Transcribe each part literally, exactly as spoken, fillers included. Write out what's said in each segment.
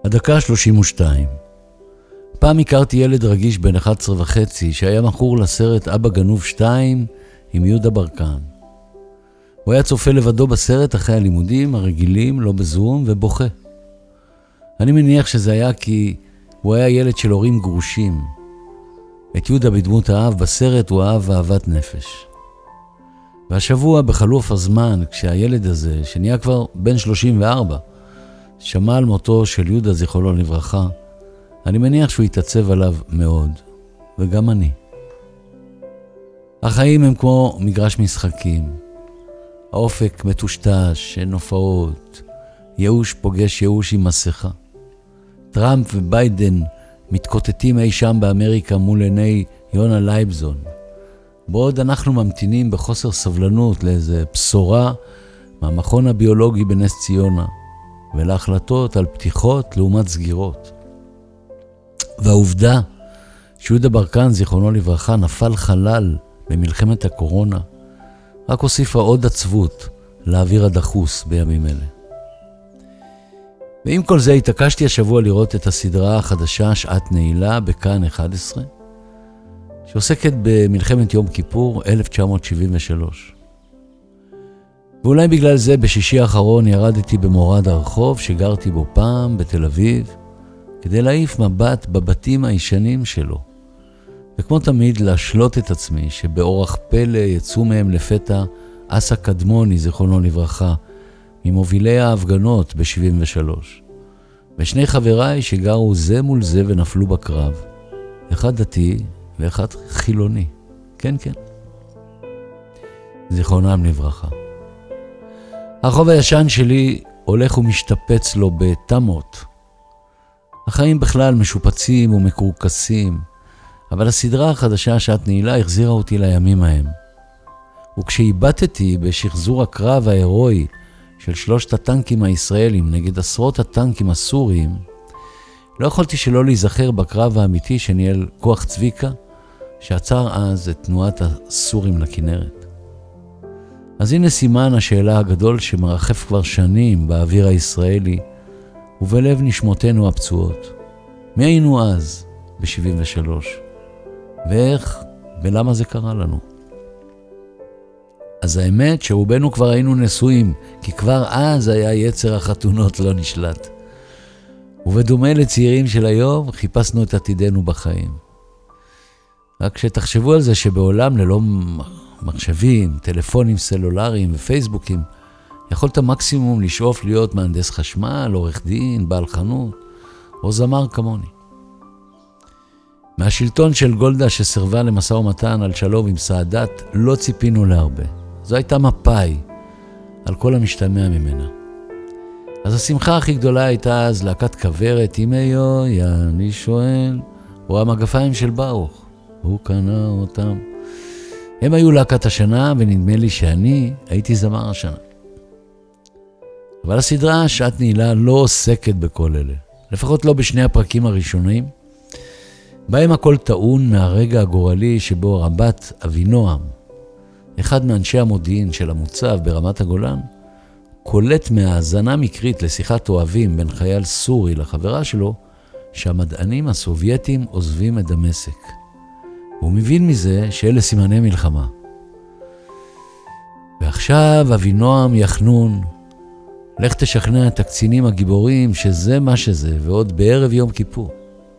הדקה שלושים ושתיים. פעם הכרתי ילד רגיש בן אחת עשרה וחצי שהיה מכור לסרט אבא גנוב שתיים עם יהודה ברקן. הוא היה צופה לבדו בסרט אחרי הלימודים הרגילים, לא בזום, ובוכה. אני מניח שזה היה כי הוא היה ילד של הורים גרושים. את יהודה בדמות האב בסרט הוא אהב אהבת נפש. והשבוע בחלוף הזמן, כשהילד הזה, שנהיה כבר בן שלושים וארבע, שמע על מותו של יהודה זיכרונו לברכה, אני מניח שהוא יתעצב עליו מאוד, וגם אני. החיים הם כמו מגרש משחקים. האופק מטושטש, אין הופעות, ייאוש פוגש ייאוש עם מסכה. טראמפ וביידן מתקוטטים אי שם באמריקה מול עיני יונה לייבזון. בעוד אנחנו ממתינים בחוסר סבלנות לאיזה בשורה מהמכון הביולוגי בנס ציונה, ולהחלטות על פתיחות לעומת סגירות. והעובדה שיהודה ברקן, זיכרונו לברכה, נפל חלל במלחמת הקורונה, רק הוסיפה עוד עצבות לאוויר הדחוס בימים אלה. ועם כל זה התעקשתי השבוע לראות את הסדרה החדשה שעת נעילה בכאן אחת עשרה, שעוסקת במלחמת יום כיפור אלף תשע מאות שבעים ושלוש. ואולי בגלל זה בשישי האחרון ירדתי במורד הרחוב שגרתי בו פעם בתל אביב, כדי להעיף מבט בבתים הישנים שלו, וכמו תמיד להשלות את עצמי שבאורח פלא יצאו מהם לפתע אסא קדמוני, זיכרונו לברכה, ממובילי ההפגנות ב-שבעים ושלוש, ושני חבריי שגרו זה מול זה ונפלו בקרב, אחד דתי ואחד חילוני, כן כן, זיכרונם לברכה. הרחוב הישן שלי הולך ומשתפץ לו בתמות. החיים בכלל משופצים ומקורקסים, אבל הסדרה החדשה שעת נעילה החזירה אותי לימים ההם. וכשהיבטתי בשחזור הקרב ההירואי של שלושת הטנקים הישראלים נגד עשרות הטנקים הסוריים, לא יכולתי שלא להיזכר בקרב האמיתי שניהל כוח צביקה, שעצר אז את תנועת הסורים לכנרת. אז הנה סימן השאלה הגדול שמרחף כבר שנים באוויר הישראלי, ובלב נשמותינו הפצועות. מי היינו אז ב-שבעים ושלוש? ואיך ולמה זה קרה לנו? אז האמת שרובנו כבר היינו נשואים, כי כבר אז היה יצר החתונות לא נשלט. ובדומה לצעירים של היום, חיפשנו את עתידנו בחיים. רק שתחשבו על זה שבעולם ללא מחשבים, טלפונים סלולריים ופייסבוקים, יכולת מקסימום לשאוף להיות מהנדס חשמל, עורך דין, בעל חנות, או זמר כמוני. מהשלטון של גולדה שסרבה למשא ומתן על שלום עם סעדת, לא ציפינו להרבה. זו הייתה מפאי על כל המשתמע ממנה. אז השמחה הכי גדולה הייתה אז להקת כברת, עם היו, אני שואל, או המגפיים של ברוך, הוא קנה אותם. הם היו להקת השנה, ונדמה לי שאני הייתי זמר השנה. אבל הסדרה שעת נעילה לא עוסקת בכל אלה, לפחות לא בשני הפרקים הראשונים, בהם הכל טעון מהרגע הגורלי שבו רבת אבינועם, אחד מאנשי המודיעין של המוצב ברמת הגולן, קולט מהאזנה מקרית לשיחת אוהבים בין חייל סורי לחברה שלו, שהמדענים הסובייטים עוזבים את דמשק. הוא מבין מזה שאלה סימני מלחמה. ועכשיו אבינועם יחנון, לך תשכנע את הקצינים הגיבורים שזה מה שזה, ועוד בערב יום כיפור.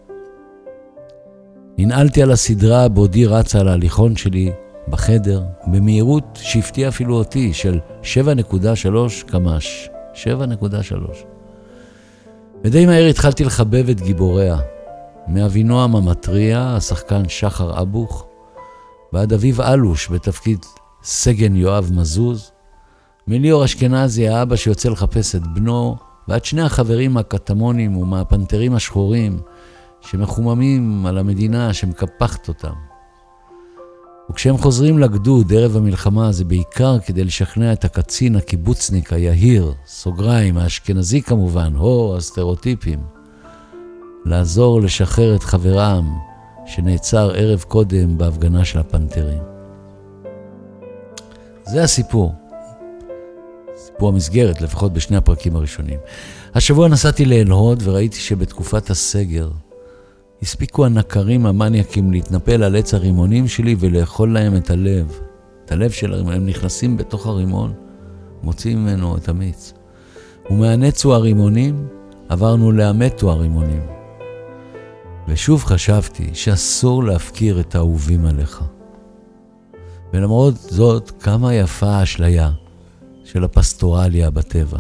ננעלתי על הסדרה בעודי רצה על ההליכון שלי בחדר, במהירות שהפתיע אפילו אותי של שבע נקודה שלוש קמ"ש, שבע נקודה שלוש. ודי מהר התחלתי לחבב את גיבוריה, מאבינועם המטריע, השחקן שחר אבוך, ועד אביב אלוש בתפקיד סגן יואב מזוז, מליאור אשכנזי האבא שיוצא לחפש את בנו, ועד שני החברים הקטמונים ומהפנתרים השחורים שמחוממים על המדינה שמקפחת אותם. וכשהם חוזרים לגדוד ערב המלחמה זה בעיקר כדי לשכנע את הקצין הקיבוצניק היהיר, סוגריים, האשכנזי כמובן, הו, הסטריאוטיפים, לעזור לשחרר את חברם שנעצר ערב קודם בהפגנה של הפנתרים. זה הסיפור. הוא המסגרת, לפחות בשני הפרקים הראשונים. השבוע נסעתי לאל הוד וראיתי שבתקופת הסגר הספיקו הנקרים המניאקים להתנפל על עץ הרימונים שלי ולאכול להם את הלב. את הלב שלהם, הם נכנסים בתוך הרימון, מוצאים ממנו את המיץ. ומהנצו הרימונים עברנו להמתו הרימונים. ושוב חשבתי שאסור להפקיר את האהובים עליך. ולמרות זאת, כמה יפה האשליה של הפסטורליה בטבע.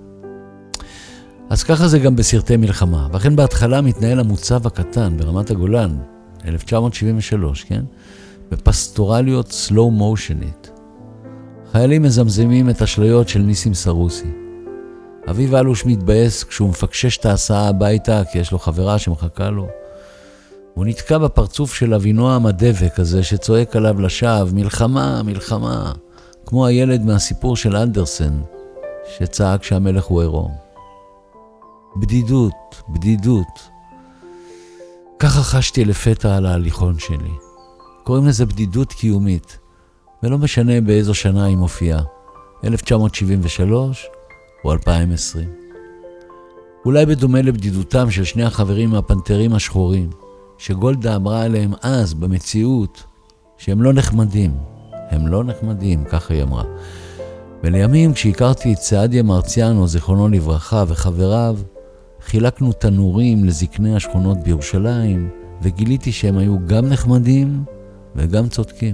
אז ככה זה גם בסרטי מלחמה. ואכן בהתחלה מתנהל המוצב הקטן ברמת הגולן, אלף תשע מאות שבעים ושלוש, כן? בפסטורליות סלואו מושנית. חיילים מזמזמים את אשליות של ניסים סרוסי. אביב אלוש מתבאס כשהוא מפקשש את ההסעה הביתה, כי יש לו חברה שמחכה לו. הוא נתקע בפרצוף של אבינועם הדבק הזה שצועק עליו לשווא, מלחמה, מלחמה, כמו הילד מהסיפור של אנדרסן, שצעק שהמלך הוא עירום. בדידות, בדידות. ככה חשתי לפתע על ההליכון שלי. קוראים לזה בדידות קיומית, ולא משנה באיזו שנה היא מופיעה, אלף תשע מאות שבעים ושלוש או אלפיים ועשרים. אולי בדומה לבדידותם של שני החברים מהפנתרים השחורים, שגולדה אמרה עליהם אז במציאות שהם לא נחמדים. הם לא נחמדים, ככה היא אמרה. ולימים כשהכרתי את סעדיה מרציאנו, זיכרונו לברכה, וחבריו, חילקנו תנורים לזקני השכונות בירושלים, וגיליתי שהם היו גם נחמדים וגם צודקים.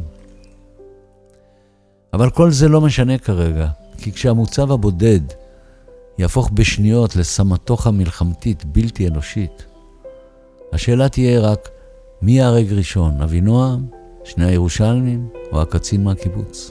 אבל כל זה לא משנה כרגע, כי כשהמוצב הבודד יהפוך בשניות לסמטוחה מלחמתית בלתי אנושית, השאלה תהיה רק מי יהרג ראשון, אבינועם, שני הירושלמים או הקצין מהקיבוץ.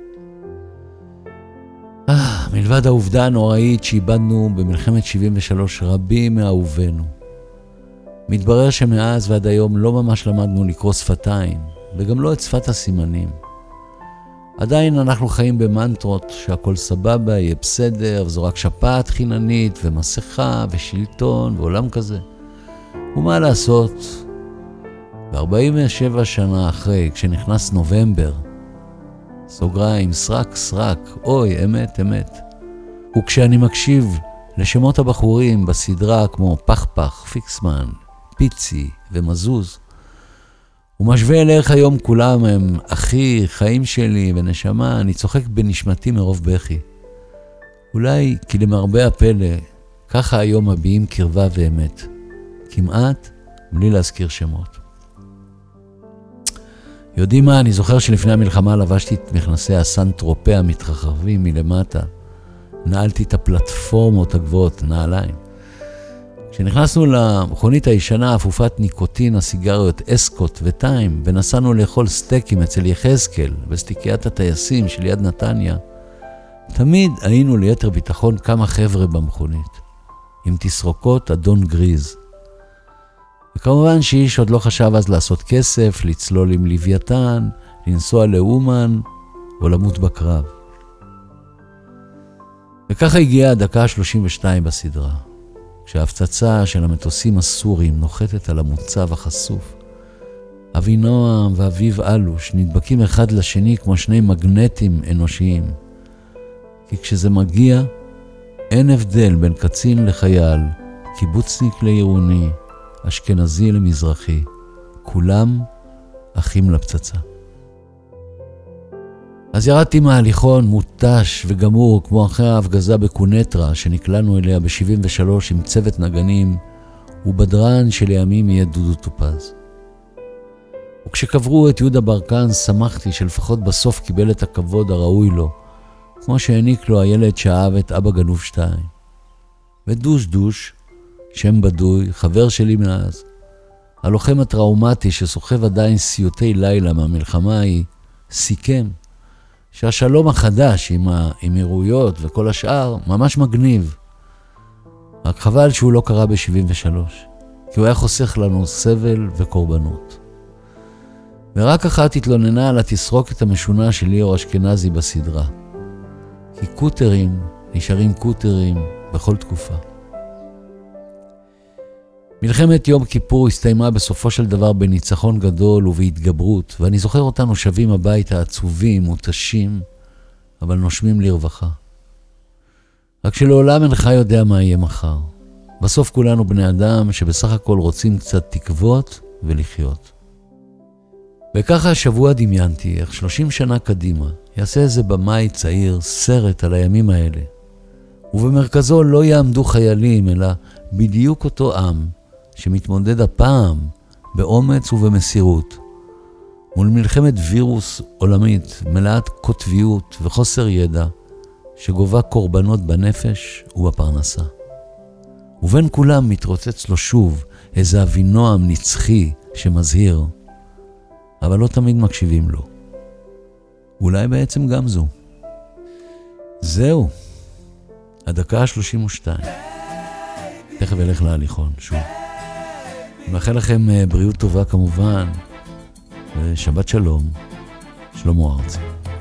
אה, מלבד העובדה הנוראית שאיבדנו במלחמת שבעים ושלוש רבים מאהובינו. מתברר שמאז ועד היום לא ממש למדנו לקרוא שפתיים, וגם לא את שפת הסימנים. עדיין אנחנו חיים במנטרות שהכל סבבה, יהיה בסדר, וזו רק שפעת חיננית ומסכה ושלטון ועולם כזה. ומה לעשות? ב-ארבעים ושבע שנה אחרי, כשנכנס נובמבר, סוגריים, סרק, סרק, אוי, אמת, אמת. וכשאני מקשיב לשמות הבחורים בסדרה כמו פחפח, פיקסמן, פיצי ומזוז, ומשווה אליך היום כולם הם אחי, חיים שלי ונשמה, אני צוחק בנשמתי מרוב בכי. אולי כי למרבה הפלא, ככה היום מביעים קרבה ואמת. כמעט בלי להזכיר שמות. יודעים מה? אני זוכר שלפני המלחמה לבשתי את מכנסי הסנטרופה המתרחבים מלמטה. נעלתי את הפלטפורמות הגבוהות, נעליים. כשנכנסנו למכונית הישנה, אפופת ניקוטין, הסיגריות, אסקוט וטיים, ונסענו לאכול סטייקים אצל יחזקאל בסטיקיית הטייסים של יד נתניה, תמיד היינו ליתר ביטחון כמה חבר'ה במכונית, עם תסרוקות אדון גריז. וכמובן שאיש עוד לא חשב אז לעשות כסף, לצלול עם לוויתן, לנסוע לאומן או למות בקרב. וככה הגיעה הדקה ה-שלושים ושתיים בסדרה, כשההפצצה של המטוסים הסורים נוחתת על המוצב החשוף. אבינועם ואביב אלוש נדבקים אחד לשני כמו שני מגנטים אנושיים. כי כשזה מגיע, אין הבדל בין קצין לחייל, קיבוצניק לעירוני, אשכנזי למזרחי, כולם אחים לפצצה. אז ירדתי מההליכון מוטש וגמור כמו אחרי ההפגזה בקונטרה שנקלענו אליה ב-שבעים ושלוש עם צוות נגנים ובדרן שלימים יהיה דודו טופז. וכשקברו את יהודה ברקן שמחתי שלפחות בסוף קיבל את הכבוד הראוי לו, כמו שהעניק לו הילד שאהב את אבא גנוב שתיים. ודוש דוש, שם בדוי, חבר שלי מאז, הלוחם הטראומטי שסוחב עדיין סיוטי לילה מהמלחמה ההיא, סיכם שהשלום החדש עם האמירויות וכל השאר ממש מגניב. רק חבל שהוא לא קרה ב-שבעים ושלוש, כי הוא היה חוסך לנו סבל וקורבנות. ורק אחת התלוננה על התסרוקת המשונה של ליאור אשכנזי בסדרה. כי קוטרים נשארים קוטרים בכל תקופה. מלחמת יום כיפור הסתיימה בסופו של דבר בניצחון גדול ובהתגברות, ואני זוכר אותנו שבים הביתה עצובים, מותשים, אבל נושמים לרווחה. רק שלעולם אינך יודע מה יהיה מחר. בסוף כולנו בני אדם שבסך הכל רוצים קצת תקוות ולחיות. וככה השבוע דמיינתי איך שלושים שנה קדימה יעשה איזה במאי צעיר סרט על הימים האלה. ובמרכזו לא יעמדו חיילים, אלא בדיוק אותו עם שמתמודד הפעם באומץ ובמסירות מול מלחמת וירוס עולמית מלאת כותביות וחוסר ידע שגובה קורבנות בנפש ובפרנסה. ובין כולם מתרוצץ לו שוב איזה אבינועם נצחי שמזהיר, אבל לא תמיד מקשיבים לו. אולי בעצם גם זו. זהו, הדקה ה-שלושים ושתיים. תכף אלך להליכון, שוב. אני מאחל לכם בריאות טובה כמובן, ושבת שלום, שלמה ארצי.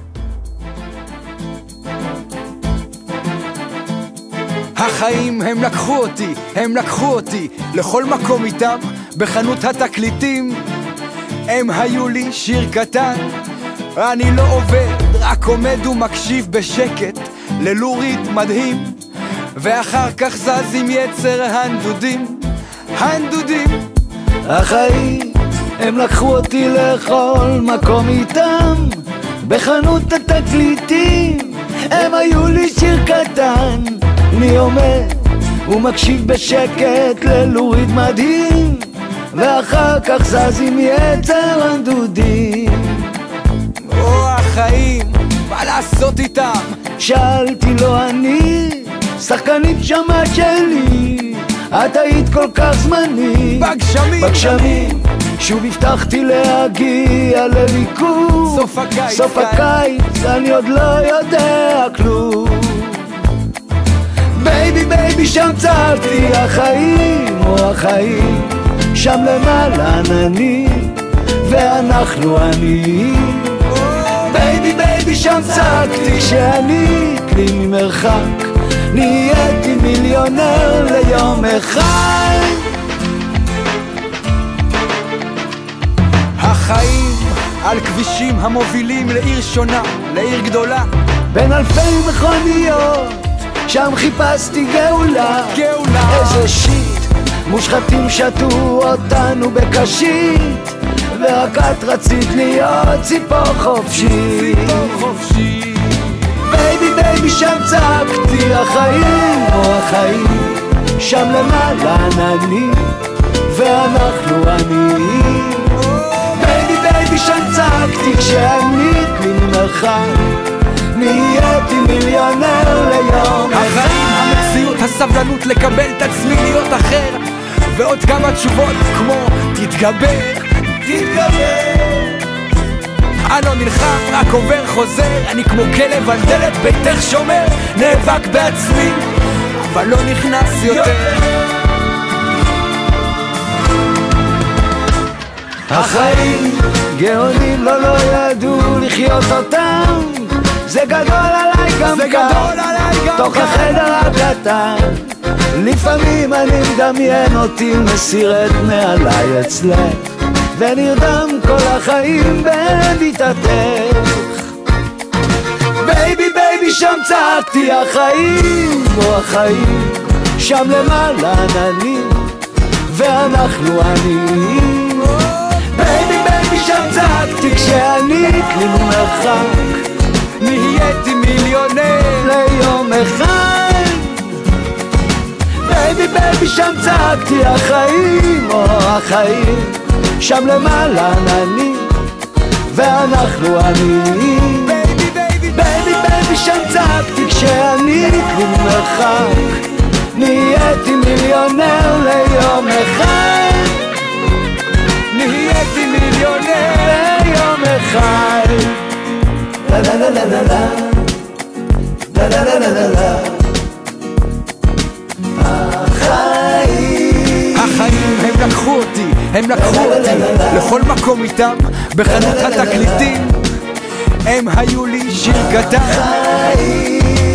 החיים הם לקחו אותי, הם לקחו אותי לכל מקום איתם, בחנות התקליטים. הם היו לי שיר קטן, אני לא עובד, רק עומד ומקשיב בשקט ללורית מדהים, ואחר כך זז עם יצר הנדודים, הנדודים. החיים הם לקחו אותי לכל מקום איתם, בחנות התקליטים. הם היו לי שיר קטן, אני עומד ומקשיב בשקט ללורית מדהים, ואחר כך זז עם יצר הנדודים. או החיים, מה לעשות איתם? שאלתי לו אני, שחקנית שמה שלי, את היית כל כך זמנית בגשמים, בגשמים. שוב הבטחתי להגיע לליכוד, סוף הקיץ, סוף הקיץ, אני עוד לא יודע כלום. בייבי בייבי שם צעקתי, החיים או החיים, שם למעלה עננים ואנחנו עניים. בייבי בייבי שם צעקתי, כשאני כלי ממרחק נהייתי מיליונר ליום אחד. החיים על כבישים המובילים לעיר שונה, לעיר גדולה, בין אלפי מכוניות שם חיפשתי גאולה, גאולה. איזה שיט, מושחתים שתו אותנו בקשית, ורק את רצית להיות ציפור חופשי, ציפור חופשי. בייבי בייבי שם צעקתי, החיים או החיים, שם למעלה עננים ואנחנו עניים. בייבי בייבי שם צעקתי, כשאני כלי ממרחק נהייתי מיליונר ליום אחד. החיים, המציאות, הסבלנות לקבל את עצמי להיות אחר, ועוד כמה תשובות כמו תתגבר, תתגבר. אני לא נלחם, רק עובר חוזר, אני כמו כלב על דלת ביתך שומר, נאבק בעצמי, אבל לא נכנס יותר. החיים גאונים לא לא ידעו לחיות אותם, זה גדול עליי גם זה כאן, גדול עליי גם תוך כאן. החדר הקטן. לפעמים אני מדמיין אותי מסיר את נעליי אצלך, ונרדם כל החיים בביטתך. בייבי בייבי שם צעקתי, החיים או החיים, שם למעלה עננים ואנחנו עניים. בייבי בייבי שם צעקתי, כשאני כלי ממרחק נהייתי מיליונר ליום אחד. בייבי בייבי שם צעקתי, החיים או החיים, שם למעלה עננים ואנחנו עניים. בייבי בייבי בייבי בייבי שם צעקתי, כשאני כלי ממרחק נהייתי מיליונר ליום אחד, נהייתי מיליונר ליום אחד. לה לה לה לה לה לה לה לה לה לה לה. החיים החיים הם לקחו אותי, הם לקחו אותי לכל מקום איתם, בחנות התקליטים. הם היו לי שיר קטן, החיים